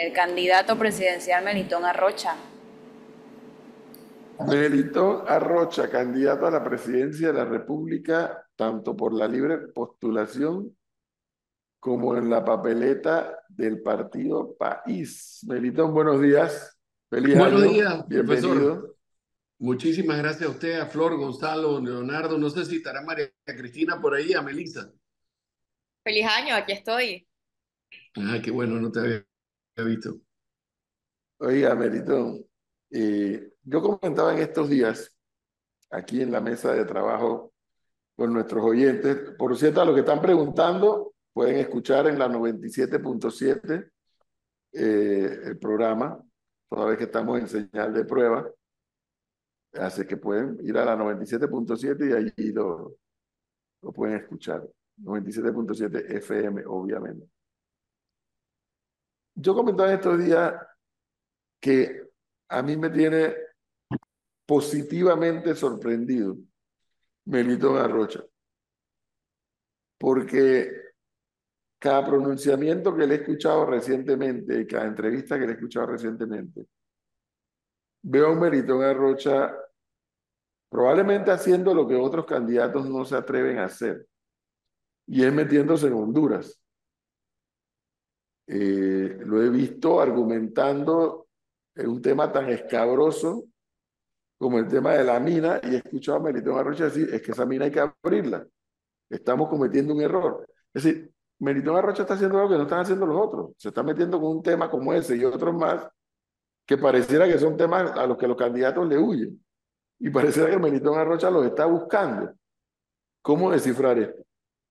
el candidato presidencial Melitón Arrocha. Melitón Arrocha, candidato a la presidencia de la República, tanto por la libre postulación como en la papeleta del partido País. Melitón, buenos días. Feliz Buenos año. días, profesor. Bienvenido. Muchísimas gracias a usted, a Flor, Gonzalo, Leonardo. No sé si estará María Cristina por ahí, a Melissa. Feliz año, aquí estoy. Ay, qué bueno, no te había visto. Oiga, Melitón, yo comentaba en estos días, aquí en la mesa de trabajo con nuestros oyentes, por cierto, a los que están preguntando, pueden escuchar en la 97.7 el programa, toda vez que estamos en señal de prueba. Así que pueden ir a la 97.7 y allí lo pueden escuchar. 97.7 FM, obviamente. Yo comentaba en estos días que a mí me tiene positivamente sorprendido Melitón Arrocha, porque cada pronunciamiento que le he escuchado recientemente, cada entrevista que le he escuchado recientemente, veo a un Melitón Arrocha probablemente haciendo lo que otros candidatos no se atreven a hacer, y es metiéndose en Honduras. Lo he visto argumentando en un tema tan escabroso como el tema de la mina, y he escuchado a Melitón Arrocha decir, es que esa mina hay que abrirla, estamos cometiendo un error. Es decir, Melitón Arrocha está haciendo algo que no están haciendo los otros, se está metiendo con un tema como ese y otros más, que pareciera que son temas a los que los candidatos le huyen, y pareciera que Melitón Arrocha los está buscando. ¿Cómo descifrar esto?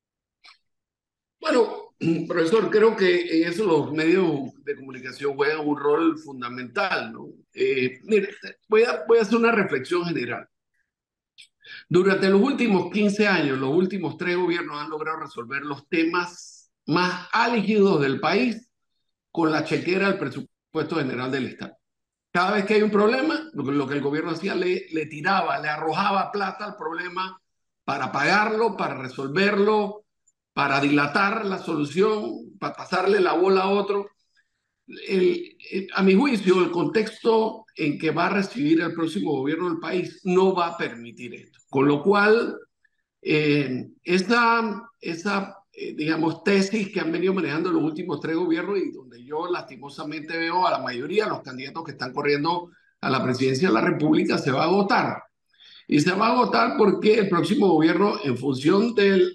Bueno, profesor, creo que en eso los medios de comunicación juegan un rol fundamental, ¿no? Mire, voy a hacer una reflexión general. Durante los últimos 15 años, los últimos 3 gobiernos han logrado resolver los temas más álgidos del país con la chequera del presupuesto general del Estado. Cada vez que hay un problema, lo que el gobierno hacía, le tiraba, le arrojaba plata al problema para pagarlo, para resolverlo, para dilatar la solución, para pasarle la bola a otro. A mi juicio, el contexto en que va a recibir el próximo gobierno del país no va a permitir esto. Con lo cual, digamos, tesis que han venido manejando los últimos 3 gobiernos y donde yo lastimosamente veo a la mayoría de los candidatos que están corriendo a la presidencia de la República se va a agotar. Y se va a agotar porque el próximo gobierno, en función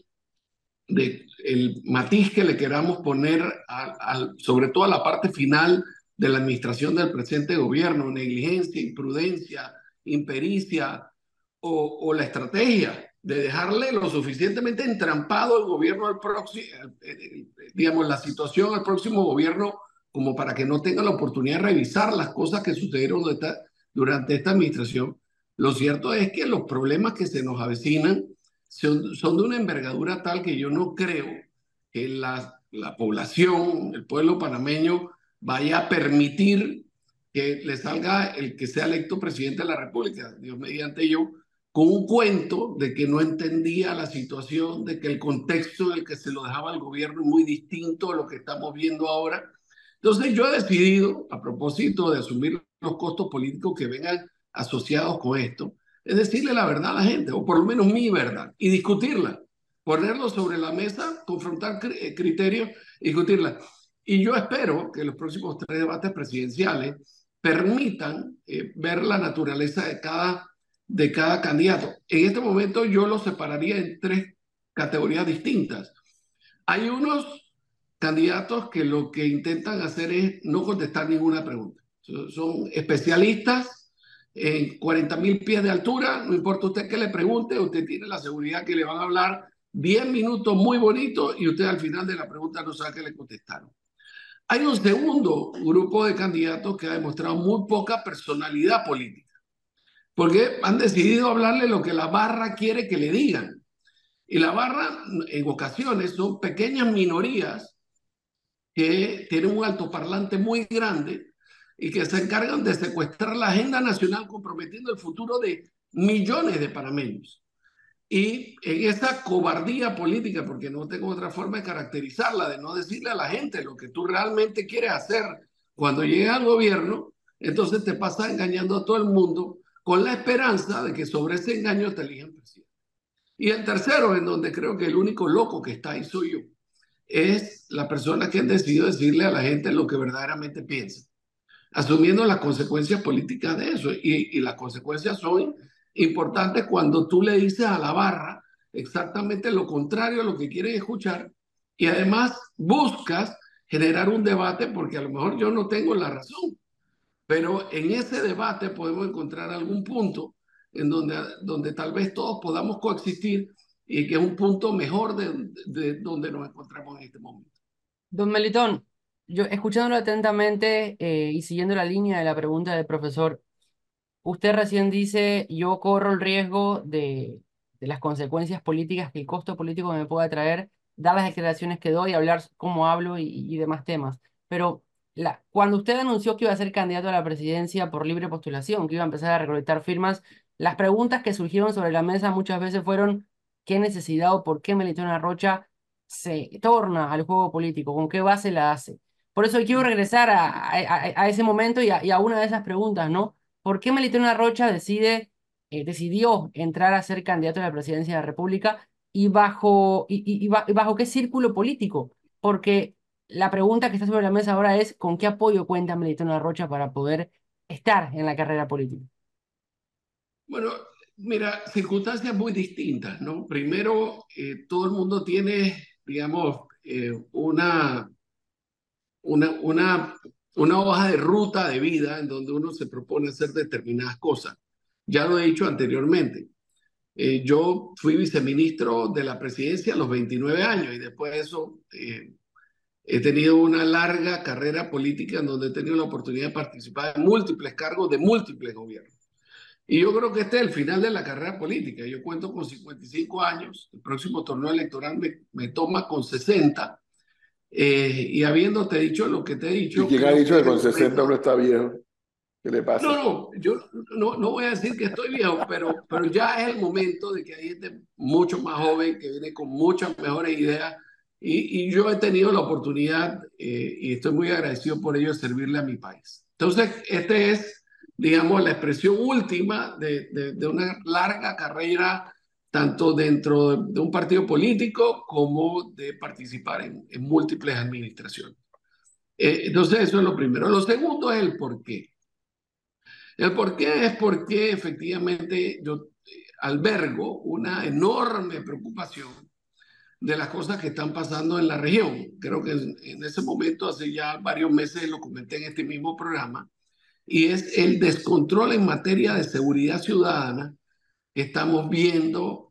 el matiz que le queramos poner sobre todo a la parte final de la administración del presente gobierno, negligencia, imprudencia, impericia o la estrategia de dejarle lo suficientemente entrampado el gobierno al próximo, digamos, la situación al próximo gobierno como para que no tenga la oportunidad de revisar las cosas que sucedieron durante esta administración. Lo cierto es que los problemas que se nos avecinan son de una envergadura tal que yo no creo que la población, el pueblo panameño, vaya a permitir que le salga el que sea electo presidente de la República, Dios mediante yo, con un cuento de que no entendía la situación, de que el contexto en el que se lo dejaba el gobierno es muy distinto a lo que estamos viendo ahora. Entonces yo he decidido, a propósito de asumir los costos políticos que vengan asociados con esto, es decirle la verdad a la gente, o por lo menos mi verdad, y discutirla, ponerlo sobre la mesa, confrontar criterios y discutirla. Y yo espero que los próximos 3 debates presidenciales permitan ver la naturaleza de cada candidato. En este momento yo los separaría en 3 categorías distintas. Hay unos candidatos que lo que intentan hacer es no contestar ninguna pregunta. Son especialistas en 40.000 pies de altura, no importa usted qué le pregunte, usted tiene la seguridad que le van a hablar 10 minutos muy bonitos y usted al final de la pregunta no sabe qué le contestaron. Hay un segundo grupo de candidatos que ha demostrado muy poca personalidad política, porque han decidido hablarle lo que la barra quiere que le digan. Y la barra, en ocasiones, son pequeñas minorías que tienen un altoparlante muy grande y que se encargan de secuestrar la agenda nacional comprometiendo el futuro de millones de panameños. Y en esa cobardía política, porque no tengo otra forma de caracterizarla, de no decirle a la gente lo que tú realmente quieres hacer cuando llega al gobierno, entonces te pasa engañando a todo el mundo con la esperanza de que sobre ese engaño te elijan presidente. Y el tercero, en donde creo que el único loco que está ahí soy yo, es la persona que han decidido decirle a la gente lo que verdaderamente piensa, asumiendo las consecuencias políticas de eso. Y las consecuencias son importantes cuando tú le dices a la barra exactamente lo contrario a lo que quieren escuchar y además buscas generar un debate porque a lo mejor yo no tengo la razón, pero en ese debate podemos encontrar algún punto en donde tal vez todos podamos coexistir y que es un punto mejor de donde nos encontramos en este momento. Don Melitón, yo escuchándolo atentamente y siguiendo la línea de la pregunta del profesor, usted recién dice, yo corro el riesgo de las consecuencias políticas que el costo político me pueda traer, dar las declaraciones que doy, hablar cómo hablo y demás temas. Pero cuando usted anunció que iba a ser candidato a la presidencia por libre postulación, que iba a empezar a recolectar firmas, las preguntas que surgieron sobre la mesa muchas veces fueron, ¿qué necesidad o por qué Melitón Arrocha se torna al juego político? ¿Con qué base la hace? Por eso quiero regresar a ese momento y a una de esas preguntas, ¿no? ¿Por qué Melitón Arrocha decidió entrar a ser candidato a la presidencia de la República y bajo qué círculo político? Porque la pregunta que está sobre la mesa ahora es ¿con qué apoyo cuenta Melitón Arrocha para poder estar en la carrera política? Bueno, mira, circunstancias muy distintas, ¿no? Primero, todo el mundo tiene, digamos, una, una, una hoja de ruta de vida en donde uno se propone hacer determinadas cosas. Ya lo he dicho anteriormente. Yo fui viceministro de la presidencia a los 29 años y después de eso he tenido una larga carrera política en donde he tenido la oportunidad de participar en múltiples cargos de múltiples gobiernos. Y yo creo que este es el final de la carrera política. Yo cuento con 55 años, el próximo torneo electoral me toma con 60. Y habiéndote dicho lo que te he ¿Y dicho, quién ha creo dicho que que es el con 60 uno momento. está viejo? ¿Qué le No, pasa? no, yo no voy a decir que estoy viejo, pero ya es el momento de que hay gente mucho más joven que viene con muchas mejores ideas y yo he tenido la oportunidad y estoy muy agradecido por ello de servirle a mi país. Entonces, este es, digamos, la expresión última de una larga carrera, tanto dentro de un partido político como de participar en múltiples administraciones. Entonces, eso es lo primero. Lo segundo es el por qué. El por qué es porque efectivamente yo albergo una enorme preocupación de las cosas que están pasando en la región. Creo que en ese momento, hace ya varios meses, lo comenté en este mismo programa, y es el descontrol en materia de seguridad ciudadana que estamos viendo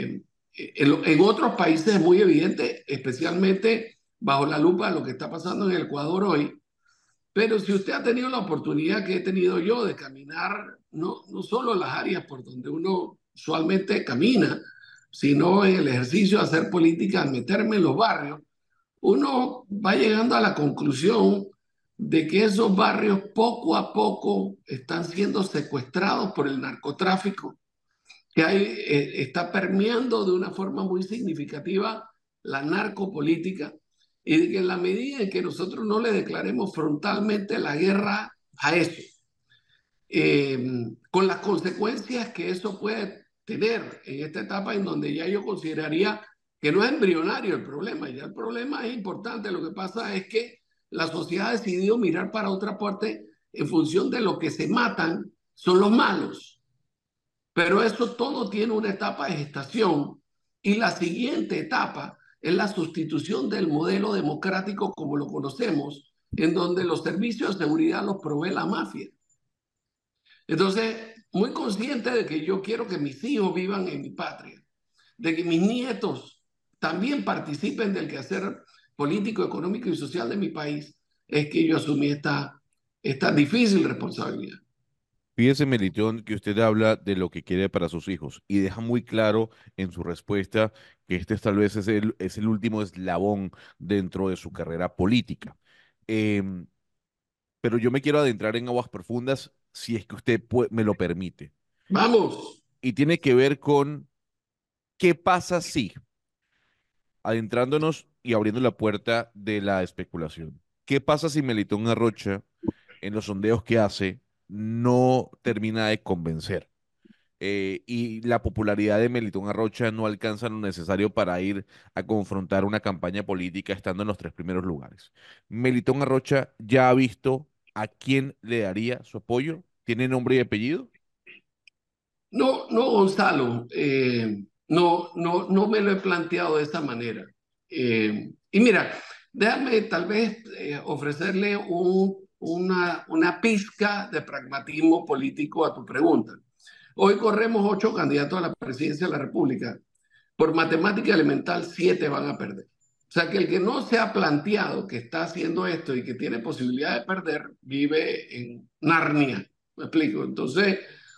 en otros países. Es muy evidente, especialmente bajo la lupa de lo que está pasando en el Ecuador hoy. Pero si usted ha tenido la oportunidad que he tenido yo de caminar, no solo las áreas por donde uno usualmente camina, sino en el ejercicio de hacer política, al meterme en los barrios, uno va llegando a la conclusión de que esos barrios poco a poco están siendo secuestrados por el narcotráfico, que está permeando de una forma muy significativa la narcopolítica y que en la medida en que nosotros no le declaremos frontalmente la guerra a eso, con las consecuencias que eso puede tener en esta etapa en donde ya yo consideraría que no es embrionario el problema, ya el problema es importante, lo que pasa es que la sociedad ha decidido mirar para otra parte en función de lo que se matan son los malos, pero eso todo tiene una etapa de gestación y la siguiente etapa es la sustitución del modelo democrático como lo conocemos, en donde los servicios de seguridad los provee la mafia. Entonces, muy consciente de que yo quiero que mis hijos vivan en mi patria, de que mis nietos también participen del quehacer político, económico y social de mi país, es que yo asumí esta difícil responsabilidad. Fíjese, Melitón, que usted habla de lo que quiere para sus hijos y deja muy claro en su respuesta que este tal vez es el último eslabón dentro de su carrera política. Em, pero yo me quiero adentrar en aguas profundas si es que usted me lo permite. Vamos. Y tiene que ver con qué pasa si, adentrándonos y abriendo la puerta de la especulación. ¿Qué pasa si Melitón Arrocha en los sondeos que hace no termina de convencer. Y la popularidad de Melitón Arrocha no alcanza lo necesario para ir a confrontar una campaña política estando en los tres primeros lugares. Melitón Arrocha ya ha visto a quién le daría su apoyo. ¿Tiene nombre y apellido? No, no, Gonzalo, no me lo he planteado de esa manera. Y mira, déjame tal vez ofrecerle una pizca de pragmatismo político a tu pregunta. Hoy corremos 8 candidatos a la presidencia de la República. Por matemática elemental, 7 van a perder. O sea que el que no se ha planteado que está haciendo esto y que tiene posibilidad de perder, vive en Narnia. ¿Me explico? Entonces,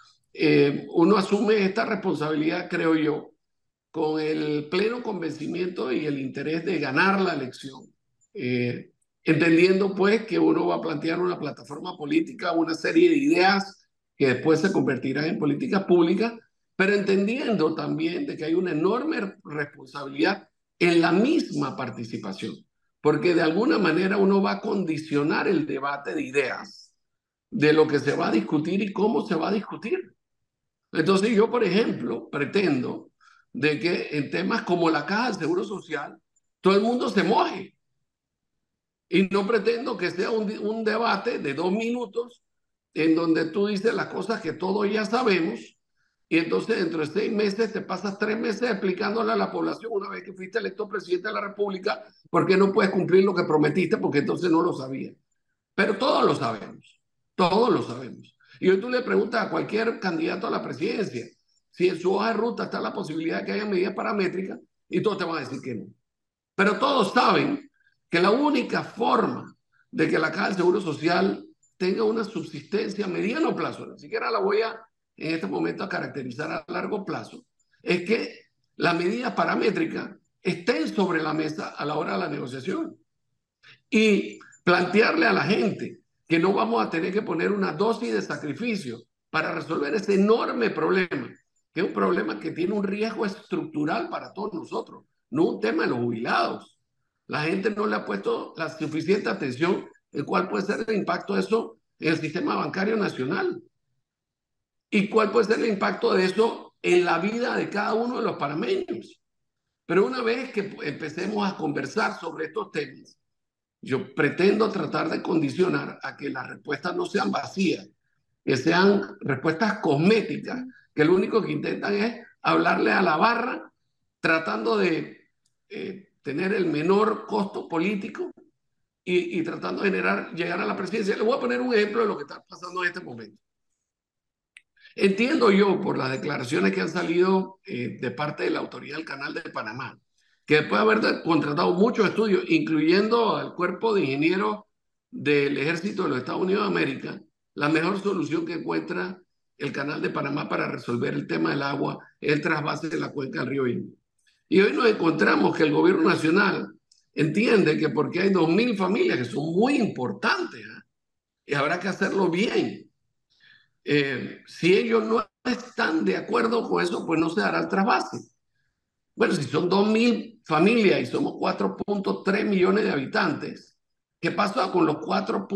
uno asume esta responsabilidad, creo yo, con el pleno convencimiento y el interés de ganar la elección, eh, entendiendo pues que uno va a plantear una plataforma política, una serie de ideas que después se convertirán en políticas públicas, pero entendiendo también de que hay una enorme responsabilidad en la misma participación, porque de alguna manera uno va a condicionar el debate de ideas de lo que se va a discutir y cómo se va a discutir. Entonces yo, por ejemplo, pretendo de que en temas como la caja del Seguro Social, todo el mundo se moje. Y no pretendo que sea un debate de 2 minutos en donde tú dices las cosas que todos ya sabemos y entonces dentro de 6 meses te pasas 3 meses explicándole a la población una vez que fuiste electo presidente de la República por qué no puedes cumplir lo que prometiste porque entonces no lo sabías. Pero todos lo sabemos, todos lo sabemos. Y hoy tú le preguntas a cualquier candidato a la presidencia si en su hoja de ruta está la posibilidad de que haya medidas paramétricas y todos te van a decir que no. Pero todos saben que la única forma de que la Caja del Seguro Social tenga una subsistencia a mediano plazo, ni siquiera la voy a en este momento a caracterizar a largo plazo, es que las medidas paramétricas estén sobre la mesa a la hora de la negociación y plantearle a la gente que no vamos a tener que poner una dosis de sacrificio para resolver ese enorme problema, que es un problema que tiene un riesgo estructural para todos nosotros, no un tema de los jubilados. La gente no le ha puesto la suficiente atención en cuál puede ser el impacto de eso en el sistema bancario nacional y cuál puede ser el impacto de eso en la vida de cada uno de los panameños. Pero una vez que empecemos a conversar sobre estos temas, yo pretendo tratar de condicionar a que las respuestas no sean vacías, que sean respuestas cosméticas, que lo único que intentan es hablarle a la barra, tratando de tener el menor costo político y tratando de llegar a la presidencia. Le voy a poner un ejemplo de lo que está pasando en este momento. Entiendo yo por las declaraciones que han salido de parte de la autoridad del Canal de Panamá, que después de haber contratado muchos estudios, incluyendo al cuerpo de ingenieros del Ejército de los Estados Unidos de América, la mejor solución que encuentra el Canal de Panamá para resolver el tema del agua es el trasvase de la cuenca del río Indio. Y hoy nos encontramos que el gobierno nacional entiende que porque hay 2.000 familias que son muy importantes, ¿eh? Y habrá que hacerlo bien. Si ellos no están de acuerdo con eso, pues no se dará el trasvase. Bueno, si son 2.000 familias y somos 4.3 millones de habitantes, ¿qué pasa con los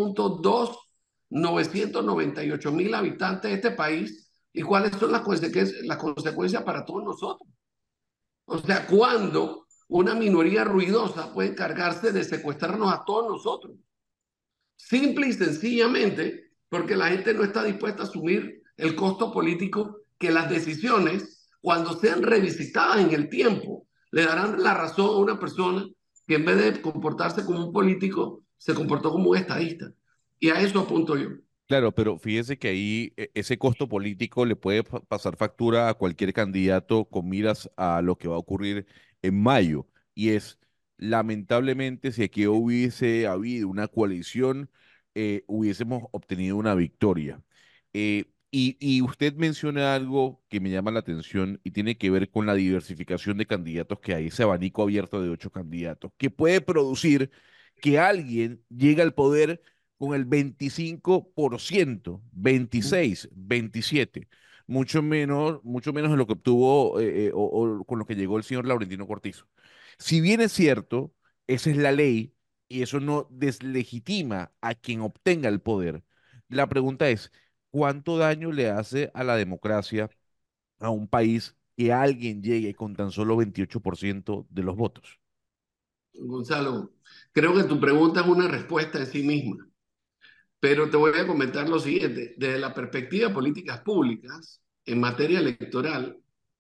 4.298 mil habitantes de este país? ¿Y cuáles son las consecuencias para todos nosotros? O sea, ¿cuándo una minoría ruidosa puede encargarse de secuestrarnos a todos nosotros? Simple y sencillamente porque la gente no está dispuesta a asumir el costo político que las decisiones, cuando sean revisitadas en el tiempo, le darán la razón a una persona que en vez de comportarse como un político, se comportó como un estadista. Y a eso apunto yo. Claro, pero fíjese que ahí ese costo político le puede pasar factura a cualquier candidato con miras a lo que va a ocurrir en mayo. Y es, lamentablemente, si aquí hubiese habido una coalición, hubiésemos obtenido una victoria. Y usted menciona algo que me llama la atención y tiene que ver con la diversificación de candidatos que hay, ese abanico abierto de 8 candidatos, que puede producir que alguien llegue al poder con el 25%, 26, 27, mucho menos de lo que obtuvo o con lo que llegó el señor Laurentino Cortizo. Si bien es cierto, esa es la ley y eso no deslegitima a quien obtenga el poder, La pregunta es, ¿cuánto daño le hace a la democracia a un país que alguien llegue con tan solo 28% de los votos? Gonzalo, creo que tu pregunta es una respuesta en sí misma, pero te voy a comentar lo siguiente. Desde la perspectiva de políticas públicas, en materia electoral,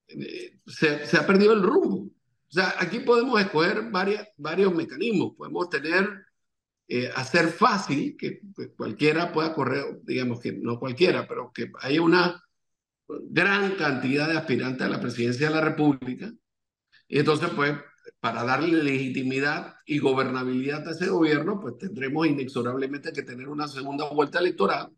se ha perdido el rumbo. O sea, aquí podemos escoger varios mecanismos. Podemos hacer fácil que pues, cualquiera pueda correr, digamos que no cualquiera, pero que haya una gran cantidad de aspirantes a la presidencia de la República. Y entonces, pues, para darle legitimidad y gobernabilidad a ese gobierno, pues tendremos inexorablemente que tener una segunda vuelta electoral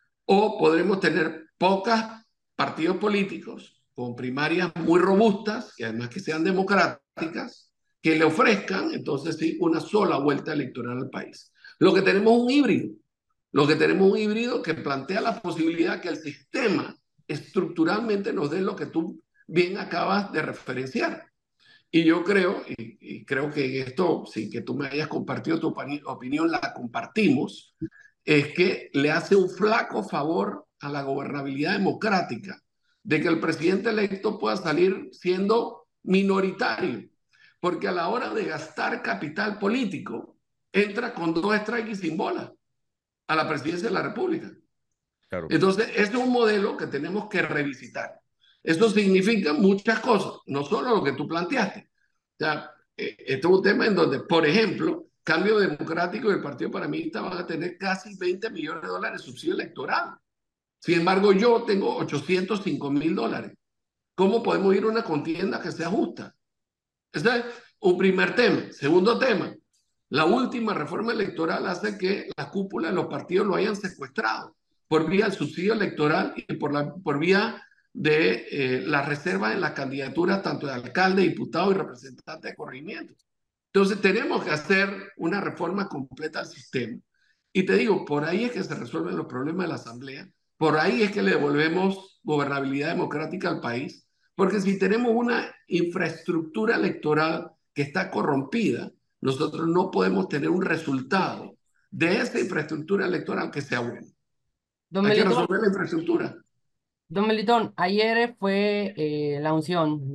o podremos tener pocos partidos políticos con primarias muy robustas y además que sean democráticas, que le ofrezcan, entonces sí, una sola vuelta electoral al país. Lo que tenemos es un híbrido. Lo que tenemos es un híbrido que plantea la posibilidad que el sistema estructuralmente nos dé lo que tú bien acabas de referenciar. Y yo creo, y creo que esto, sin que tú me hayas compartido tu opinión, la compartimos, es que le hace un flaco favor a la gobernabilidad democrática de que el presidente electo pueda salir siendo minoritario, porque a la hora de gastar capital político, entra con dos strikes y sin bola a la presidencia de la República. Claro. Entonces, este es un modelo que tenemos que revisitar. Eso significa muchas cosas, no solo lo que tú planteaste. O sea, este es un tema en donde, por ejemplo, Cambio Democrático y el Partido Paramilita van a tener casi 20 millones de dólares de subsidio electoral. Sin embargo, yo tengo 805.000 dólares. ¿Cómo podemos ir a una contienda que sea justa? Ese es un primer tema. Segundo tema, la última reforma electoral hace que la cúpula de los partidos lo hayan secuestrado por vía del subsidio electoral y por vía de la reserva en las candidaturas tanto de alcalde, diputado y representante de corregimiento. Entonces tenemos que hacer una reforma completa al sistema. Y te digo, por ahí es que se resuelven los problemas de la Asamblea, por ahí es que le devolvemos gobernabilidad democrática al país, porque si tenemos una infraestructura electoral que está corrompida, nosotros no podemos tener un resultado de esa infraestructura electoral que sea bueno. Don Hay que Melitón, resolver la infraestructura. Don Melitón, ayer fue la unción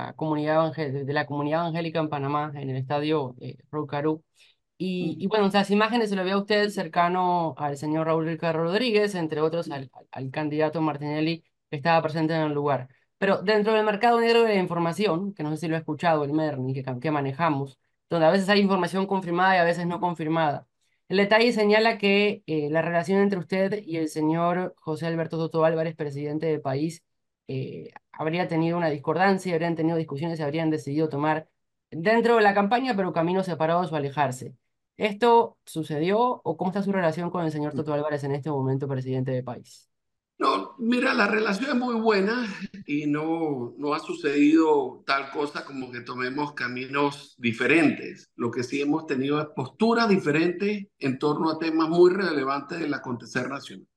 de la comunidad evangélica en Panamá, en el estadio Roucarú. Y bueno, esas imágenes se lo ve a usted cercano al señor Raúl Ricardo Rodríguez, entre otros al candidato Martinelli que estaba presente en el lugar. Pero dentro del mercado negro de la información, que no sé si lo ha escuchado, el MERNI, que manejamos, donde a veces hay información confirmada y a veces no confirmada. El detalle señala que la relación entre usted y el señor José Alberto Soto Álvarez, presidente del país, habría tenido una discordancia, habrían tenido discusiones y habrían decidido tomar dentro de la campaña, pero caminos separados o alejarse. ¿Esto sucedió o cómo está su relación con el señor Toto Álvarez en este momento, presidente del país? No, mira, la relación es muy buena y no ha sucedido tal cosa como que tomemos caminos diferentes. Lo que sí hemos tenido es posturas diferentes en torno a temas muy relevantes del acontecer nacional.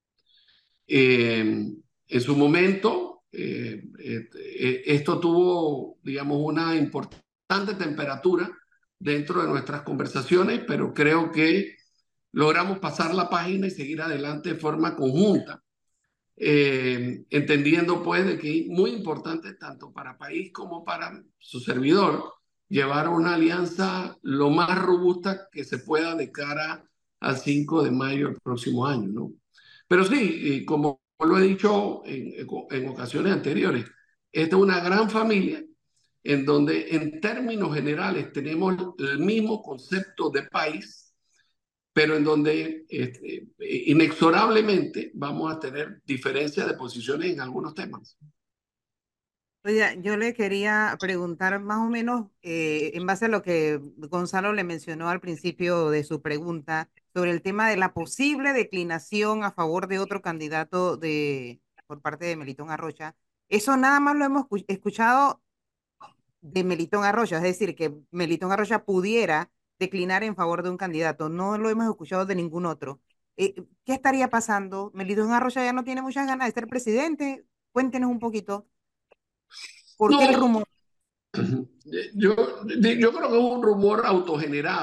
En su momento, esto tuvo, digamos, una importante temperatura dentro de nuestras conversaciones, pero creo que logramos pasar la página y seguir adelante de forma conjunta, entendiendo pues de que es muy importante tanto para país como para su servidor llevar una alianza lo más robusta que se pueda de cara al 5 de mayo del próximo año, ¿no? Pero sí, como lo he dicho en ocasiones anteriores, esta es una gran familia en donde en términos generales tenemos el mismo concepto de país, pero en donde inexorablemente vamos a tener diferencias de posiciones en algunos temas. Oiga, yo le quería preguntar más o menos en base a lo que Gonzalo le mencionó al principio de su pregunta sobre el tema de la posible declinación a favor de otro candidato por parte de Melitón Arrocha. Eso nada más lo hemos escuchado de Melitón Arrocha, es decir, que Melitón Arrocha pudiera declinar en favor de un candidato. No lo hemos escuchado de ningún otro. ¿Qué estaría pasando? Melitón Arrocha ya no tiene muchas ganas de ser presidente. Cuéntenos un poquito. ¿Por qué el No, rumor? yo creo que es un rumor autogenerado,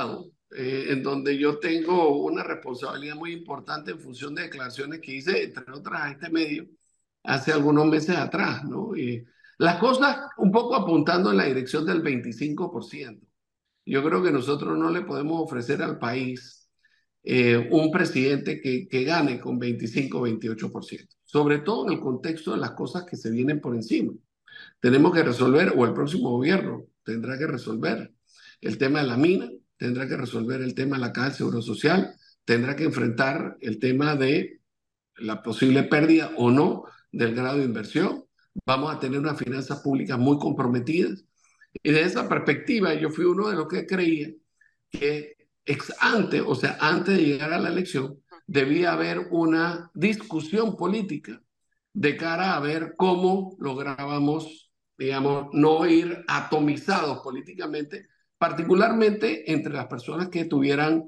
en donde yo tengo una responsabilidad muy importante en función de declaraciones que hice, entre otras, a este medio hace algunos meses atrás, ¿no? Y las cosas un poco apuntando en la dirección del 25%. Yo creo que nosotros no le podemos ofrecer al país un presidente que gane con 25-28%, sobre todo en el contexto de las cosas que se vienen por encima. Tenemos que resolver, o el próximo gobierno tendrá que resolver el tema de la mina, tendrá que resolver el tema de la caja del Seguro Social, tendrá que enfrentar el tema de la posible pérdida o no del grado de inversión. Vamos a tener unas finanzas públicas muy comprometidas. Y desde esa perspectiva, yo fui uno de los que creía que ex ante, o sea, antes de llegar a la elección, debía haber una discusión política de cara a ver cómo lográbamos, digamos, no ir atomizados políticamente, particularmente entre las personas que tuvieran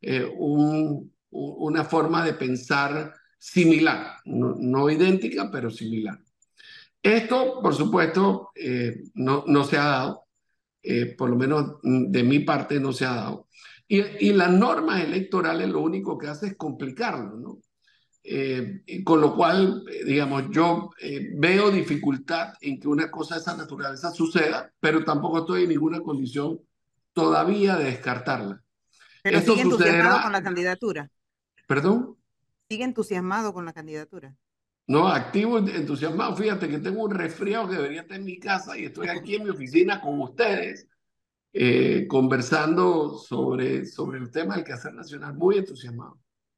una forma de pensar similar, no idéntica, pero similar. Esto, por supuesto, no se ha dado, por lo menos de mi parte no se ha dado. Y las normas electorales lo único que hace es complicarlo, ¿no? Con lo cual, digamos, yo veo dificultad en que una cosa de esa naturaleza suceda, pero tampoco estoy en ninguna condición todavía de descartarla. Pero Esto sigue entusiasmado con sucederá, la candidatura. perdón, Sigue entusiasmado con la candidatura. no, activo, entusiasmado. Fíjate que tengo un resfriado que debería estar en mi casa y estoy aquí en mi oficina con ustedes, conversando sobre el tema del quehacer nacional, muy entusiasmado.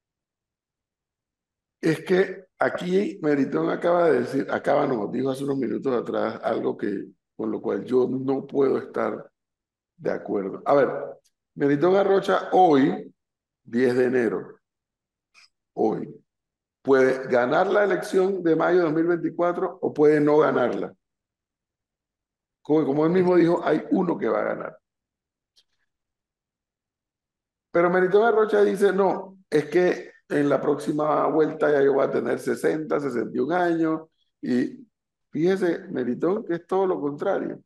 Es que aquí Meritón acaba de decir, acaba nos dijo hace unos minutos atrás algo que con lo cual yo no puedo estar de acuerdo. A ver, Meritón Arrocha hoy, 10 de enero, hoy, puede ganar la elección de mayo de 2024 o puede no ganarla. Como él mismo dijo, hay uno que va a ganar. Pero Meritón Arrocha dice, no, es que en la próxima vuelta ya yo voy a tener 60, 61 años. Y fíjese, Meritón, que es todo lo contrario.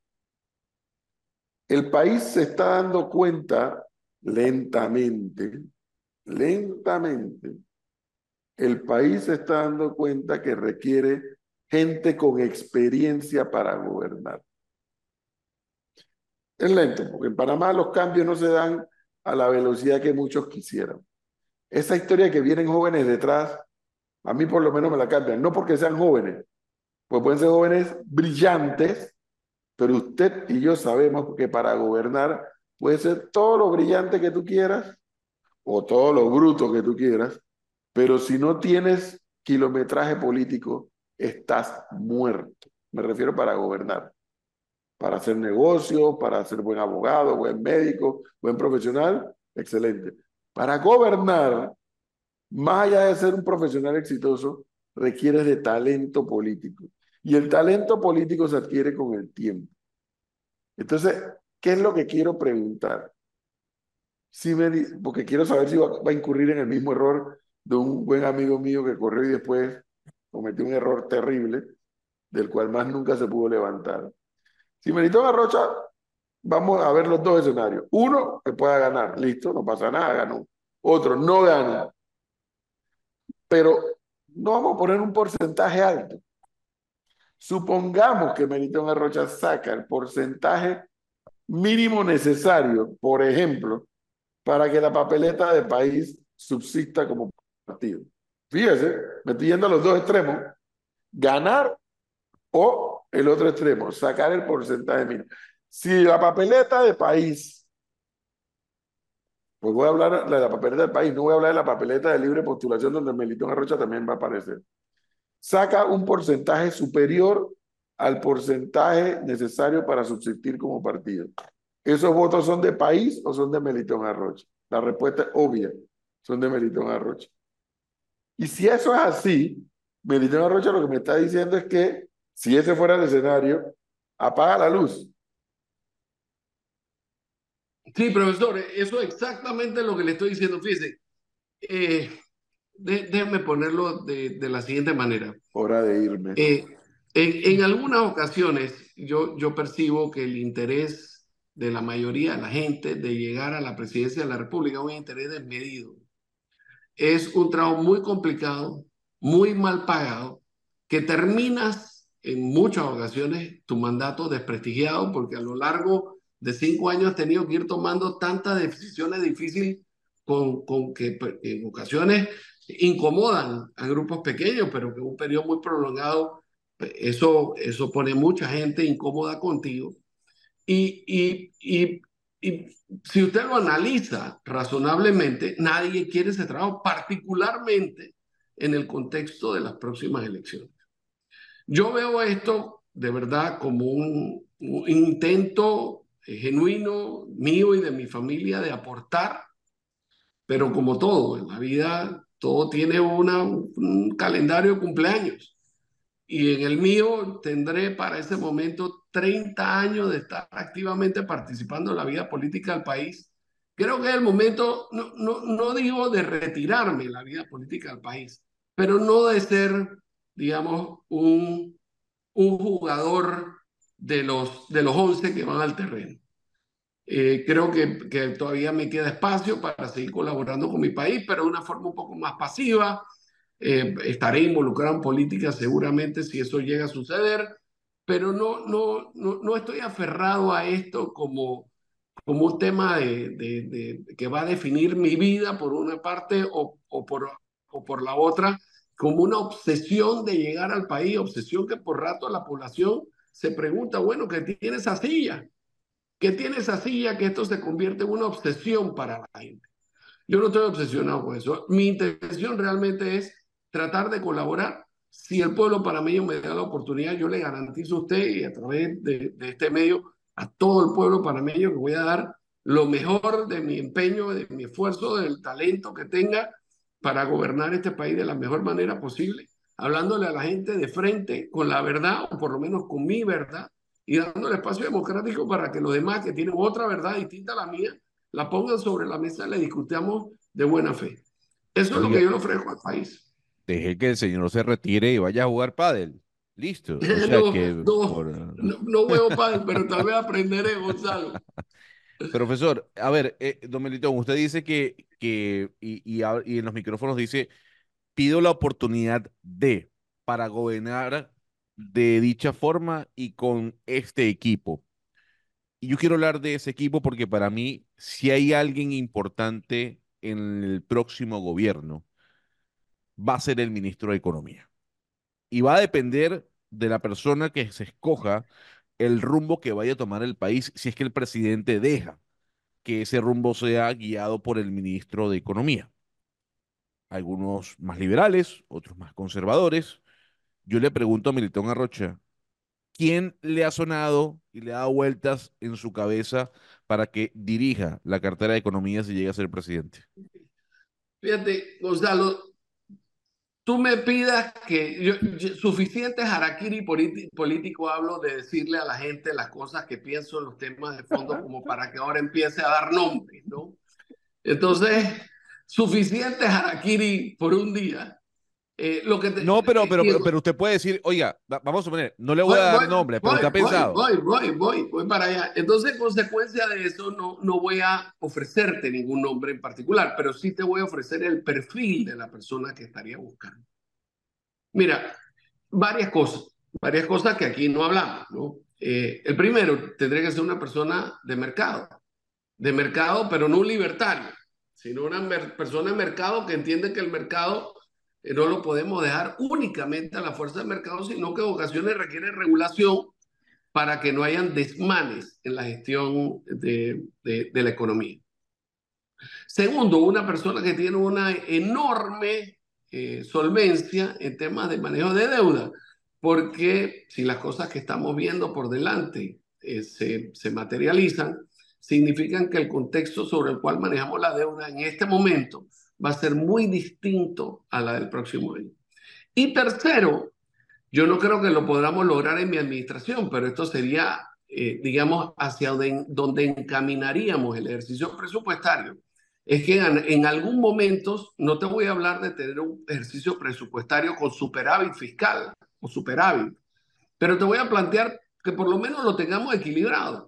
El país se está dando cuenta lentamente, lentamente, el país se está dando cuenta que requiere gente con experiencia para gobernar. Es lento, porque en Panamá los cambios no se dan a la velocidad que muchos quisieran. Esa historia que vienen jóvenes detrás, a mí por lo menos me la cambian. No porque sean jóvenes, pues pueden ser jóvenes brillantes, pero usted y yo sabemos que para gobernar puede ser todo lo brillante que tú quieras o todo lo bruto que tú quieras, pero si no tienes kilometraje político, estás muerto. Me refiero para gobernar, para hacer negocios, para ser buen abogado, buen médico, buen profesional, excelente. Para gobernar, más allá de ser un profesional exitoso, requieres de talento político. Y el talento político se adquiere con el tiempo. Entonces, ¿qué es lo que quiero preguntar? Porque quiero saber si va a incurrir en el mismo error de un buen amigo mío que corrió y después cometió un error terrible, del cual más nunca se pudo levantar. Si Melitón Arrocha, vamos a ver los dos escenarios. Uno, que pueda ganar, listo, no pasa nada, ganó. Otro, no gana. Pero no vamos a poner un porcentaje alto. Supongamos que Melitón Arrocha saca el porcentaje mínimo necesario, por ejemplo, para que la papeleta de país subsista como partido. Fíjese, me estoy yendo a los dos extremos, ganar o el otro extremo, sacar el porcentaje mínimo. Si la papeleta de país, pues voy a hablar de la papeleta del país, no voy a hablar de la papeleta de libre postulación donde Melitón Arrocha también va a aparecer. Saca un porcentaje superior al porcentaje necesario para subsistir como partido. ¿Esos votos son de país o son de Melitón Arrocha? La respuesta es obvia, son de Melitón Arrocha. Y si eso es así, Melitón Arrocha lo que me está diciendo es que si ese fuera el escenario, apaga la luz. Sí, profesor, eso es exactamente lo que le estoy diciendo. Fíjese, déjeme ponerlo de la siguiente manera. Hora de irme. En algunas ocasiones yo percibo que el interés de la mayoría de la gente de llegar a la presidencia de la República, un interés desmedido. Es un trabajo muy complicado, muy mal pagado, que terminas en muchas ocasiones tu mandato desprestigiado porque a lo largo de 5 años has tenido que ir tomando tantas decisiones difíciles con que en ocasiones incomodan a grupos pequeños, pero que en un periodo muy prolongado, eso pone mucha gente incómoda contigo. Y si usted lo analiza razonablemente, nadie quiere ese trabajo, particularmente en el contexto de las próximas elecciones. Yo veo esto de verdad como un intento genuino mío y de mi familia de aportar, pero como todo en la vida, todo tiene un calendario de cumpleaños. Y en el mío tendré para ese momento 30 años de estar activamente participando en la vida política del país. Creo que es el momento, no digo de retirarme en la vida política del país, pero no de ser, digamos, un jugador de los 11 que van al terreno. Creo que todavía me queda espacio para seguir colaborando con mi país, pero de una forma un poco más pasiva. Estaré involucrado en política seguramente si eso llega a suceder, pero no estoy aferrado a esto como un tema que va a definir mi vida por una parte o por la otra, como una obsesión de llegar al país, obsesión que por rato la población se pregunta, bueno, ¿qué tiene esa silla? ¿Qué tiene esa silla que esto se convierte en una obsesión para la gente? Yo no estoy obsesionado con eso. Mi intención realmente es tratar de colaborar. Si el pueblo panameño me da la oportunidad, yo le garantizo a usted y a través de este medio a todo el pueblo panameño que voy a dar lo mejor de mi empeño, de mi esfuerzo, del talento que tenga para gobernar este país de la mejor manera posible, hablándole a la gente de frente con la verdad, o por lo menos con mi verdad, y dándole espacio democrático para que los demás que tienen otra verdad distinta a la mía la pongan sobre la mesa y la discutamos de buena fe. Eso es lo que Oiga, yo le ofrezco al país. deje que el señor se retire y vaya a jugar pádel. Listo. O sea No, que no, por no juego pádel, pero tal vez aprenderé, Gonzalo. profesor, a ver, don Melitón, usted dice y en los micrófonos dice, pido la oportunidad para gobernar de dicha forma y con este equipo. Y yo quiero hablar de ese equipo porque para mí, si hay alguien importante en el próximo gobierno, va a ser el ministro de Economía. Y va a depender de la persona que se escoja el rumbo que vaya a tomar el país, si es que el presidente deja que ese rumbo sea guiado por el ministro de Economía. Algunos más liberales, otros más conservadores. Yo le pregunto a Militón Arrocha, ¿quién le ha sonado y le ha dado vueltas en su cabeza para que dirija la cartera de Economía si llega a ser presidente? Fíjate, Gonzalo, tú me pidas que suficiente harakiri político hablo de decirle a la gente las cosas que pienso en los temas de fondo como para que ahora empiece a dar nombres, ¿no? Entonces, suficiente harakiri por un día. Lo que No, pero usted puede decir, oiga, vamos a suponer, no le voy voy, a voy, dar nombres, pero voy, usted ha voy, pensado. voy para allá. Entonces, en consecuencia de eso, no voy a ofrecerte ningún nombre en particular, pero sí te voy a ofrecer el perfil de la persona que estaría buscando. Mira, varias cosas que aquí no hablamos, ¿no? El primero, tendría que ser una persona de mercado, pero no un libertario, sino una persona de mercado que entiende que el mercado no lo podemos dejar únicamente a la fuerza del mercado, sino que en ocasiones requiere regulación para que no hayan desmanes en la gestión de la economía. Segundo, una persona que tiene una enorme solvencia en temas de manejo de deuda, porque si las cosas que estamos viendo por delante se materializan, significan que el contexto sobre el cual manejamos la deuda en este momento va a ser muy distinto a la del próximo año. Y tercero, yo no creo que lo podamos lograr en mi administración, pero esto sería, digamos, hacia donde encaminaríamos el ejercicio presupuestario. Es que en algún momento, no te voy a hablar de tener un ejercicio presupuestario con superávit fiscal o superávit, pero te voy a plantear que por lo menos lo tengamos equilibrado.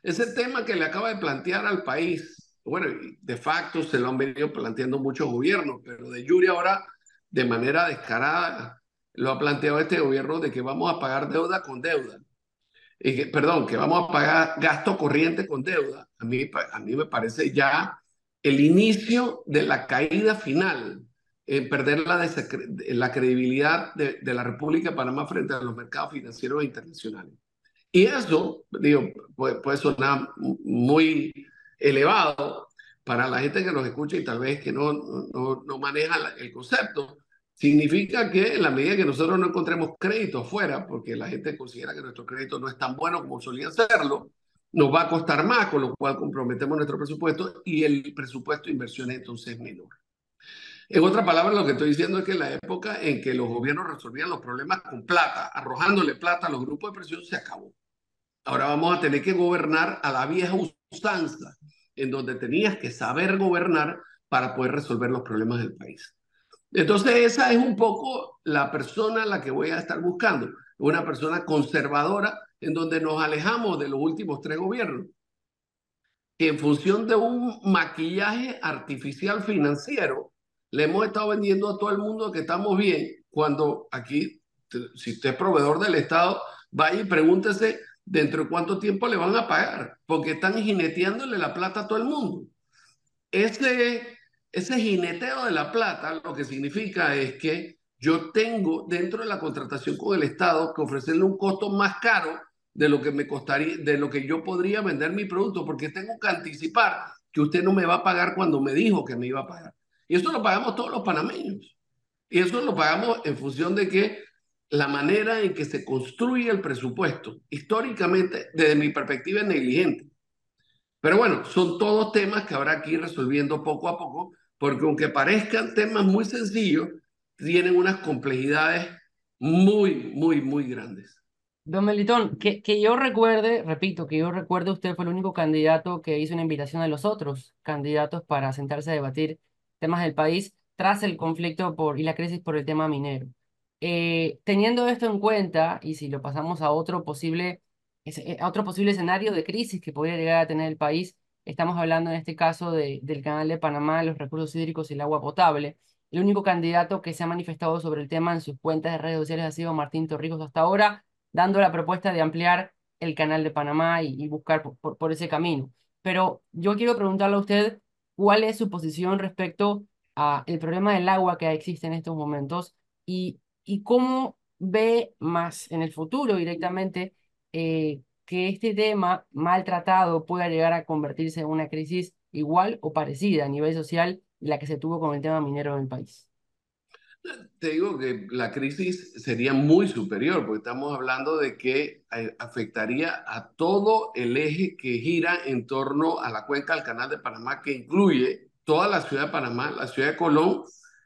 Ese tema que le acaba de plantear al país, bueno, de facto se lo han venido planteando muchos gobiernos, pero de jure ahora, de manera descarada, lo ha planteado este gobierno de que vamos a pagar deuda con deuda. Perdón, que vamos a pagar gasto corriente con deuda. A mí me parece ya el inicio de la caída final, perder la credibilidad de la República de Panamá frente a los mercados financieros internacionales. Y eso, digo, puede sonar muy elevado para la gente que nos escucha y tal vez que no maneja el concepto. Significa que en la medida que nosotros no encontremos crédito afuera, porque la gente considera que nuestro crédito no es tan bueno como solía serlo, nos va a costar más, con lo cual comprometemos nuestro presupuesto y el presupuesto de inversiones entonces es menor. En otras palabras, lo que estoy diciendo es que la época en que los gobiernos resolvían los problemas con plata, arrojándole plata a los grupos de presión, se acabó. Ahora vamos a tener que gobernar a la vieja usanza, en donde tenías que saber gobernar para poder resolver los problemas del país. Entonces esa es un poco la persona a la que voy a estar buscando, una persona conservadora en donde nos alejamos de los últimos 3 gobiernos, que en función de un maquillaje artificial financiero le hemos estado vendiendo a todo el mundo que estamos bien, cuando aquí, si usted es proveedor del Estado, vaya y pregúntese dentro de cuánto tiempo le van a pagar, porque están jineteándole la plata a todo el mundo. Ese jineteo de la plata lo que significa es que yo tengo dentro de la contratación con el Estado que ofrecerle un costo más caro de lo que me costaría, de lo que yo podría vender mi producto, porque tengo que anticipar que usted no me va a pagar cuando me dijo que me iba a pagar. Y eso lo pagamos todos los panameños. Y eso lo pagamos en función de que la manera en que se construye el presupuesto, históricamente, desde mi perspectiva, es negligente. Pero bueno, son todos temas que habrá que ir resolviendo poco a poco, porque aunque parezcan temas muy sencillos, tienen unas complejidades muy grandes. Don Melitón, que yo recuerde, repito, que yo recuerde, usted fue el único candidato que hizo una invitación a los otros candidatos para sentarse a debatir temas del país tras el conflicto y la crisis por el tema minero. Teniendo esto en cuenta, y si lo pasamos a otro posible escenario de crisis que podría llegar a tener el país, estamos hablando en este caso del Canal de Panamá, los recursos hídricos y el agua potable. El único candidato que se ha manifestado sobre el tema en sus cuentas de redes sociales ha sido Martín Torrijos hasta ahora, dando la propuesta de ampliar el Canal de Panamá y buscar por ese camino. Pero yo quiero preguntarle a usted cuál es su posición respecto a el problema del agua que existe en estos momentos y cómo ve más en el futuro directamente que este tema maltratado pueda llegar a convertirse en una crisis igual o parecida a nivel social de la que se tuvo con el tema minero en el país. Te digo que la crisis sería muy superior, porque estamos hablando de que afectaría a todo el eje que gira en torno a la cuenca del Canal de Panamá, que incluye toda la ciudad de Panamá, la ciudad de Colón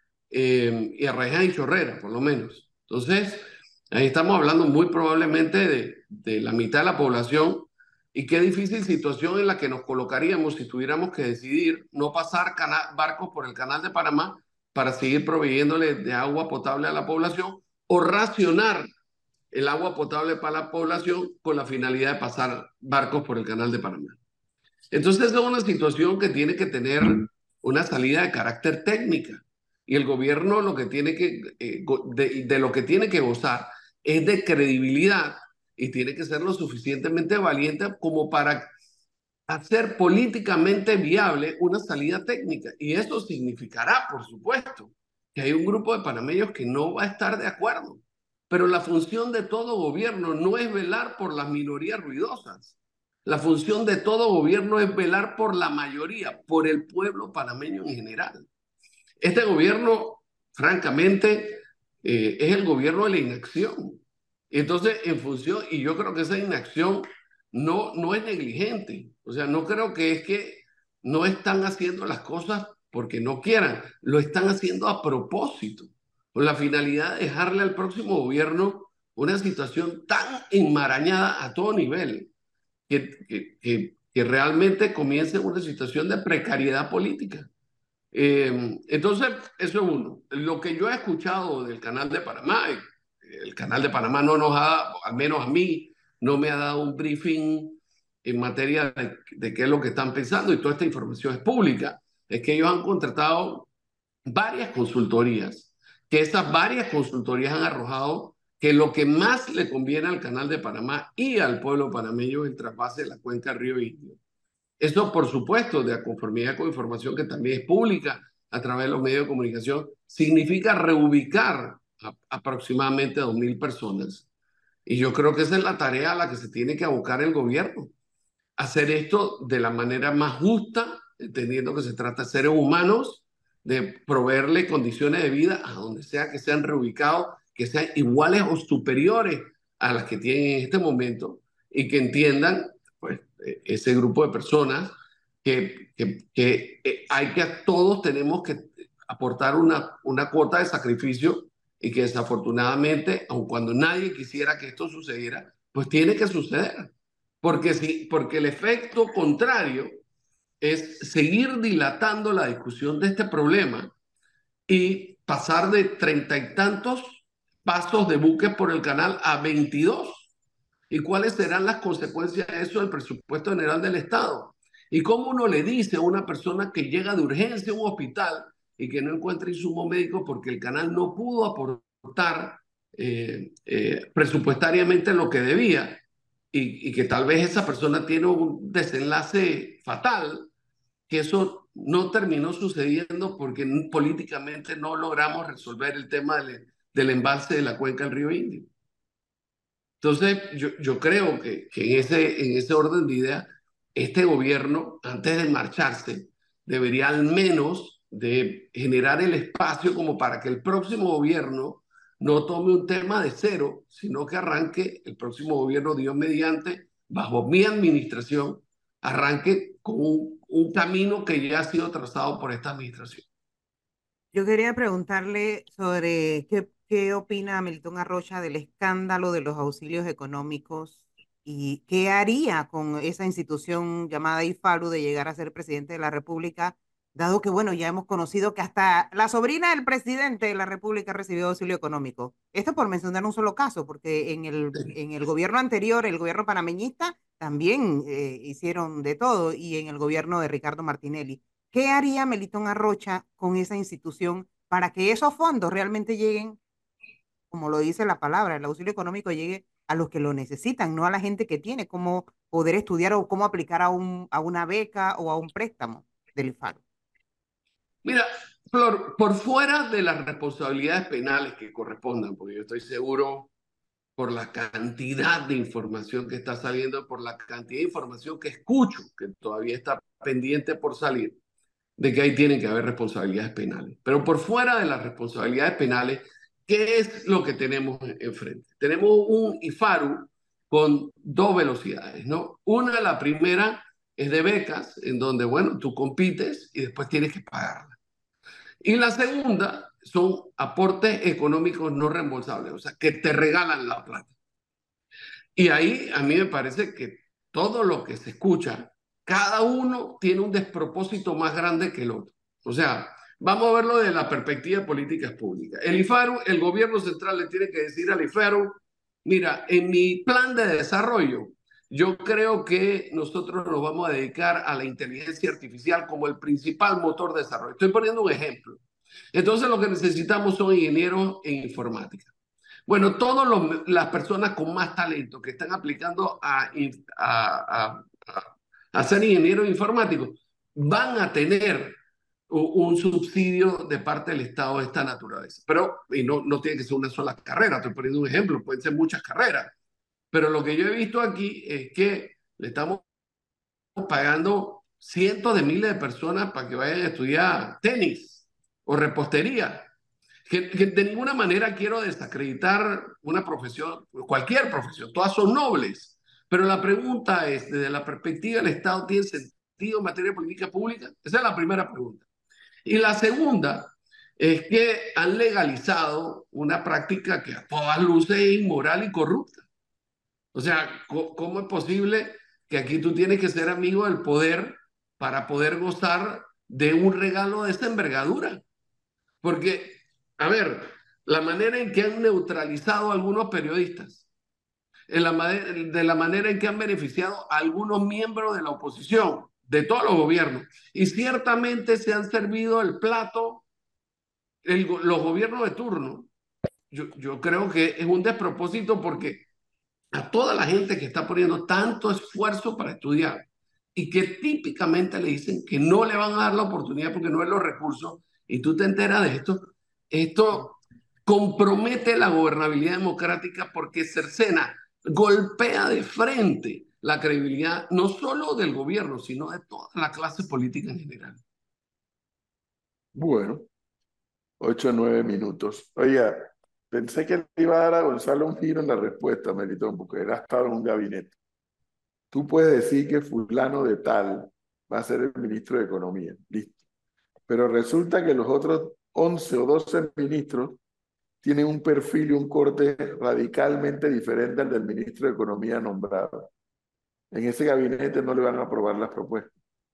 y Arraiján y Chorrera, por lo menos. Entonces, ahí estamos hablando muy probablemente de la mitad de la población y qué difícil situación en la que nos colocaríamos si tuviéramos que decidir no pasar barcos por el Canal de Panamá para seguir proveyéndole de agua potable a la población o racionar el agua potable para la población con la finalidad de pasar barcos por el Canal de Panamá. Entonces es una situación que tiene que tener una salida de carácter técnica y el gobierno lo que tiene de lo que tiene que gozar es de credibilidad y tiene que ser lo suficientemente valiente como para hacer políticamente viable una salida técnica. Y eso significará, por supuesto, que hay un grupo de panameños que no va a estar de acuerdo. Pero la función de todo gobierno no es velar por las minorías ruidosas. La función de todo gobierno es velar por la mayoría, por el pueblo panameño en general. Este gobierno, francamente, es el gobierno de la inacción. Entonces, en función, y yo creo que esa inacción no es negligente. O sea, no creo que es que no están haciendo las cosas porque no quieran, lo están haciendo a propósito, con la finalidad de dejarle al próximo gobierno una situación tan enmarañada a todo nivel que realmente comience una situación de precariedad política. Entonces, eso es uno. Lo que yo he escuchado del Canal de Panamá, el Canal de Panamá no nos ha, al menos a mí, no me ha dado un briefing en materia de qué es lo que están pensando, y toda esta información es pública, es que ellos han contratado varias consultorías, que esas varias consultorías han arrojado que lo que más le conviene al Canal de Panamá y al pueblo panameño es el trasvase de la cuenca Río Indio. Eso, por supuesto, de conformidad con información que también es pública a través de los medios de comunicación, significa reubicar aproximadamente a 2.000 personas. Y yo creo que esa es la tarea a la que se tiene que abocar el gobierno. Hacer esto de la manera más justa, entendiendo que se trata de seres humanos, de proveerle condiciones de vida a donde sea que sean reubicados, que sean iguales o superiores a las que tienen en este momento, y que entiendan, pues, ese grupo de personas que hay que, todos tenemos que aportar una cuota de sacrificio, y que desafortunadamente, aun cuando nadie quisiera que esto sucediera, pues tiene que suceder. Porque el efecto contrario es seguir dilatando la discusión de este problema y pasar de 30 y tantos pasos de buques por el canal a 22. ¿Y cuáles serán las consecuencias de eso del presupuesto general del Estado? ¿Y cómo uno le dice a una persona que llega de urgencia a un hospital y que no encuentra insumo médico porque el canal no pudo aportar presupuestariamente lo que debía, y que tal vez esa persona tiene un desenlace fatal, que eso no terminó sucediendo porque políticamente no logramos resolver el tema del embalse de la cuenca del río Indio? Entonces, yo creo que en ese orden de ideas, este gobierno, antes de marcharse, debería al menos de generar el espacio como para que el próximo gobierno no tome un tema de cero, sino que arranque el próximo gobierno, Dios mediante, bajo mi administración, arranque con un camino que ya ha sido trazado por esta administración. Yo quería preguntarle sobre qué opina Melitón Arrocha del escándalo de los auxilios económicos y qué haría con esa institución llamada IFARU de llegar a ser presidente de la República, dado que, bueno, ya hemos conocido que hasta la sobrina del presidente de la República recibió auxilio económico. Esto por mencionar un solo caso, porque en el gobierno anterior, el gobierno panameñista, también hicieron de todo, y en el gobierno de Ricardo Martinelli. ¿Qué haría Melitón Arrocha con esa institución para que esos fondos realmente lleguen, como lo dice la palabra, el auxilio económico llegue a los que lo necesitan, no a la gente que tiene cómo poder estudiar o cómo aplicar a una beca o a un préstamo del IFARU? Mira, Flor, por fuera de las responsabilidades penales que correspondan, porque yo estoy seguro, por la cantidad de información que está saliendo, por la cantidad de información que escucho, que todavía está pendiente por salir, de que ahí tienen que haber responsabilidades penales. Pero por fuera de las responsabilidades penales, ¿qué es lo que tenemos enfrente? Tenemos un IFARU con dos velocidades, ¿no? La primera es de becas, en donde, bueno, tú compites y después tienes que pagarla. Y la segunda son aportes económicos no reembolsables, o sea, que te regalan la plata. Y ahí a mí me parece que todo lo que se escucha, cada uno tiene un despropósito más grande que el otro. O sea, vamos a verlo de la perspectiva de políticas públicas. El IFARU, el gobierno central le tiene que decir al IFARU: mira, en mi plan de desarrollo, yo creo que nosotros nos vamos a dedicar a la inteligencia artificial como el principal motor de desarrollo. Estoy poniendo un ejemplo. Entonces lo que necesitamos son ingenieros en informática. Bueno, todas las personas con más talento que están aplicando a ser ingenieros informáticos van a tener un subsidio de parte del Estado de esta naturaleza. Pero, y no tiene que ser una sola carrera, estoy poniendo un ejemplo, pueden ser muchas carreras. Pero lo que yo he visto aquí es que le estamos pagando cientos de miles de personas para que vayan a estudiar tenis o repostería. Que de ninguna manera quiero desacreditar una profesión, cualquier profesión, todas son nobles. Pero la pregunta es, desde la perspectiva del Estado, ¿tiene sentido en materia de política pública? Esa es la primera pregunta. Y la segunda es que han legalizado una práctica que a todas luces es inmoral y corrupta. O sea, ¿cómo es posible que aquí tú tienes que ser amigo del poder para poder gozar de un regalo de esta envergadura? Porque, a ver, la manera en que han neutralizado a algunos periodistas, de la manera en que han beneficiado a algunos miembros de la oposición, de todos los gobiernos. Y ciertamente se han servido el plato los gobiernos de turno. Yo creo que es un despropósito porque a toda la gente que está poniendo tanto esfuerzo para estudiar y que típicamente le dicen que no le van a dar la oportunidad porque no hay los recursos, y tú te enteras de esto compromete la gobernabilidad democrática porque cercena, golpea de frente la credibilidad no solo del gobierno, sino de toda la clase política en general. Bueno, 8 o 9 minutos. Oiga, pensé que le iba a dar a Gonzalo un giro en la respuesta, Melitón, porque él ha estado en un gabinete. Tú puedes decir que fulano de tal va a ser el ministro de Economía, listo. Pero resulta que los otros 11 o 12 ministros tienen un perfil y un corte radicalmente diferente al del ministro de Economía nombrado. En ese gabinete no le van a aprobar las propuestas.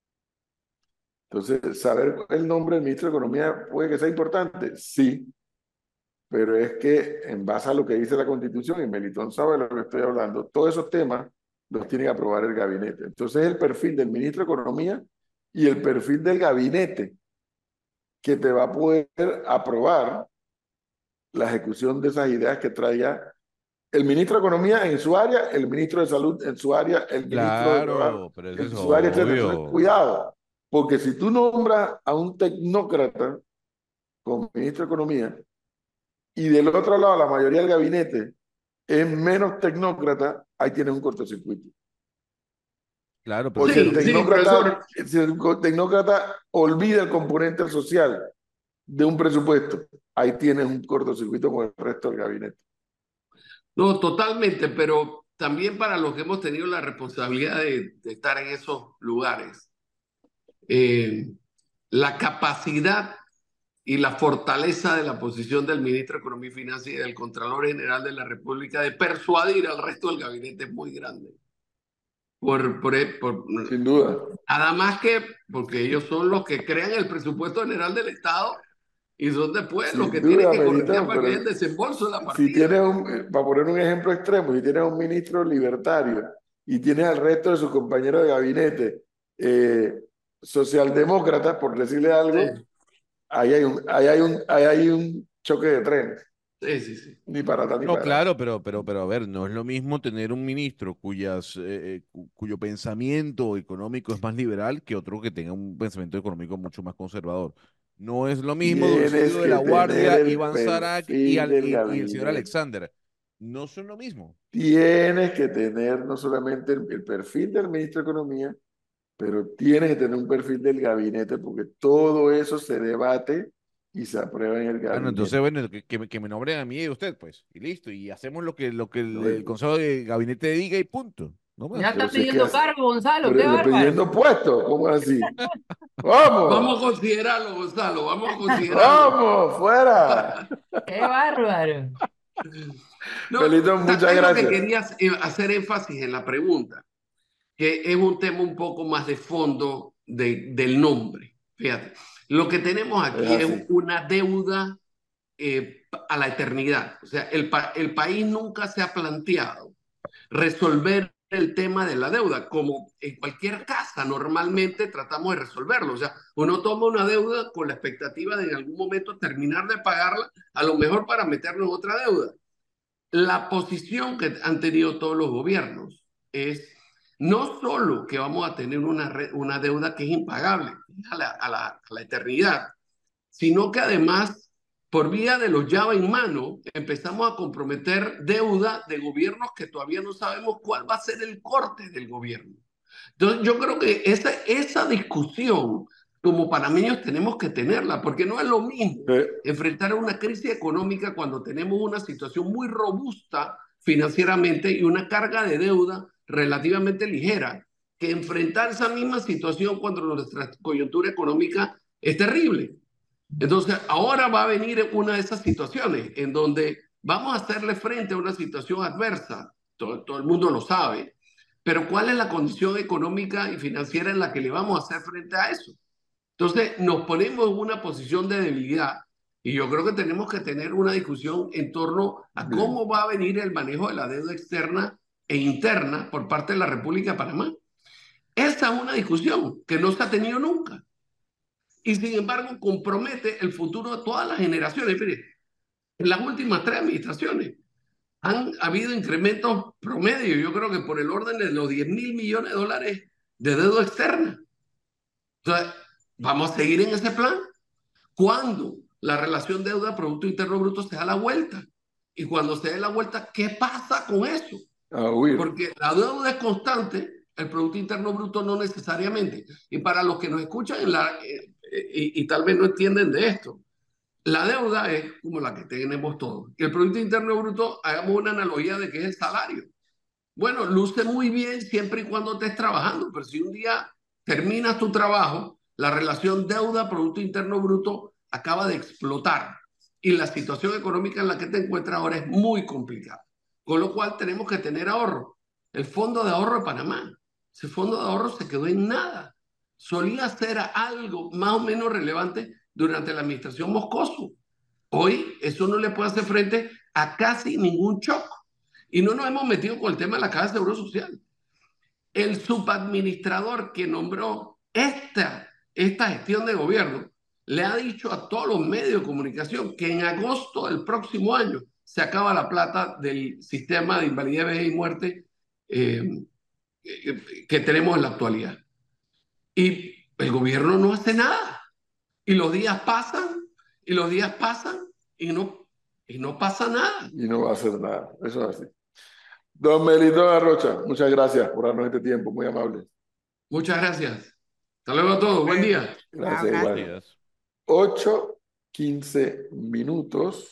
Entonces, saber el nombre del ministro de Economía puede que sea importante, sí, pero es que en base a lo que dice la Constitución, y Melitón sabe de lo que estoy hablando, todos esos temas los tiene que aprobar el gabinete. Entonces, el perfil del ministro de Economía y el perfil del gabinete que te va a poder aprobar la ejecución de esas ideas que traiga el ministro de Economía en su área, el ministro de Salud en su área, el ministro de Trabajo Claro, pero eso en es su área, etc. Entonces, obvio. cuidado, porque si tú nombras a un tecnócrata como ministro de Economía y del otro lado la mayoría del gabinete es menos tecnócrata, ahí tienes un cortocircuito. Claro, pero O eso es Sí, lo sí, mismo. profesor. si el tecnócrata olvida el componente social de un presupuesto, ahí tienes un cortocircuito con el resto del gabinete. No, totalmente, pero también para los que hemos tenido la responsabilidad de estar en esos lugares, eh, la capacidad y la fortaleza de la posición del ministro de Economía y Finanzas y del Contralor General de la República de persuadir al resto del gabinete es muy grande. Sin duda. Nada más que porque ellos son los que crean el presupuesto general del Estado y son después los Sin que tienen duda, que corretear Melitón, para que haya pero el desembolso de la si partida. tienes para poner un ejemplo extremo, si tienes un ministro libertario y tienes al resto de sus compañeros de gabinete socialdemócratas, por decirle algo, Sí, ahí hay un choque de trenes, sí, sí, sí. ni para atrás ni No, para adelante. claro, pero a ver, no es lo mismo tener un ministro cuyo pensamiento económico es más liberal que otro que tenga un pensamiento económico mucho más conservador. No es lo mismo Tienes Dulcidio de que la tener Guardia, el Iván Sarac perfil del y el señor gabinete. Alexander. No son lo mismo. Tienes que tener no solamente el perfil del ministro de Economía, pero tienes que tener un perfil del gabinete porque todo eso se debate y se aprueba en el Ah, no, entonces, gabinete. bueno, que me nombren a mí y a usted, pues, y listo, y hacemos lo que No, el Consejo de Gabinete diga y punto, no Ya más. está pero si es que pidiendo cargo, Gonzalo, qué pero bárbaro. pidiendo puestos, ¿cómo así? Vamos ¡Vamos! a considerarlo, Gonzalo, vamos a considerarlo. ¡Vamos! ¡Fuera! Qué bárbaro. No, Melitón, muchas ¿sabes lo que gracias. quería hacer énfasis en la pregunta? Que es un tema un poco más de fondo del nombre. Fíjate, lo que tenemos Es aquí es así. una deuda a la eternidad. O sea, el país nunca se ha planteado resolver el tema de la deuda, como en cualquier casa normalmente tratamos de resolverlo. O sea, uno toma una deuda con la expectativa de en algún momento terminar de pagarla, a lo mejor para meternos en otra deuda. La posición que han tenido todos los gobiernos es no solo que vamos a tener una deuda que es impagable a la eternidad, sino que además, por vía de los llave en mano, empezamos a comprometer deuda de gobiernos que todavía no sabemos cuál va a ser el corte del gobierno. Entonces, yo creo que esa discusión, como panameños, tenemos que tenerla, porque no es lo mismo Eh, enfrentar una crisis económica cuando tenemos una situación muy robusta financieramente y una carga de deuda relativamente ligera, que enfrentar esa misma situación cuando nuestra coyuntura económica es terrible. Entonces, ahora va a venir una de esas situaciones en donde vamos a hacerle frente a una situación adversa. Todo el mundo lo sabe. Pero ¿cuál es la condición económica y financiera en la que le vamos a hacer frente a eso? Entonces, nos ponemos en una posición de debilidad y yo creo que tenemos que tener una discusión en torno a bien, cómo va a venir el manejo de la deuda externa e interna por parte de la República de Panamá. Esa es una discusión que no se ha tenido nunca y sin embargo compromete el futuro de todas las generaciones. Mire, en las últimas 3 administraciones han habido incrementos promedio, yo creo que por el orden de los 10.000 millones de dólares de deuda externa. Entonces, ¿vamos a seguir en ese plan? Cuando la relación deuda-Producto Interno Bruto se da la vuelta. Y cuando se dé la vuelta, ¿qué pasa con eso? A huir. Porque la deuda es constante, el Producto Interno Bruto no necesariamente. Y para los que nos escuchan y tal vez no entienden de esto, la deuda es como la que tenemos todos. Y el Producto Interno Bruto, hagamos una analogía de que es el salario. Bueno, luce muy bien siempre y cuando estés trabajando, pero si un día terminas tu trabajo, la relación deuda-Producto Interno Bruto acaba de explotar y la situación económica en la que te encuentras ahora es muy complicada. Con lo cual tenemos que tener ahorro. El Fondo de Ahorro de Panamá, ese fondo de ahorro se quedó en nada. Solía ser algo más o menos relevante durante la administración Moscoso. Hoy eso no le puede hacer frente a casi ningún shock. Y no nos hemos metido con el tema de la Caja de Seguro Social. El subadministrador que nombró esta gestión de gobierno le ha dicho a todos los medios de comunicación que en agosto del próximo año se acaba la plata del sistema de invalidez, vejez y muerte que tenemos en la actualidad. Y el gobierno no hace nada. Y los días pasan, y los días pasan, y no pasa nada. Y no va a hacer nada. Eso es así. Don Melitón Arrocha, muchas gracias por darnos este tiempo, muy amable. Muchas gracias. Hasta luego a todos. Buen día. Gracias, igual. Gracias. 8:15.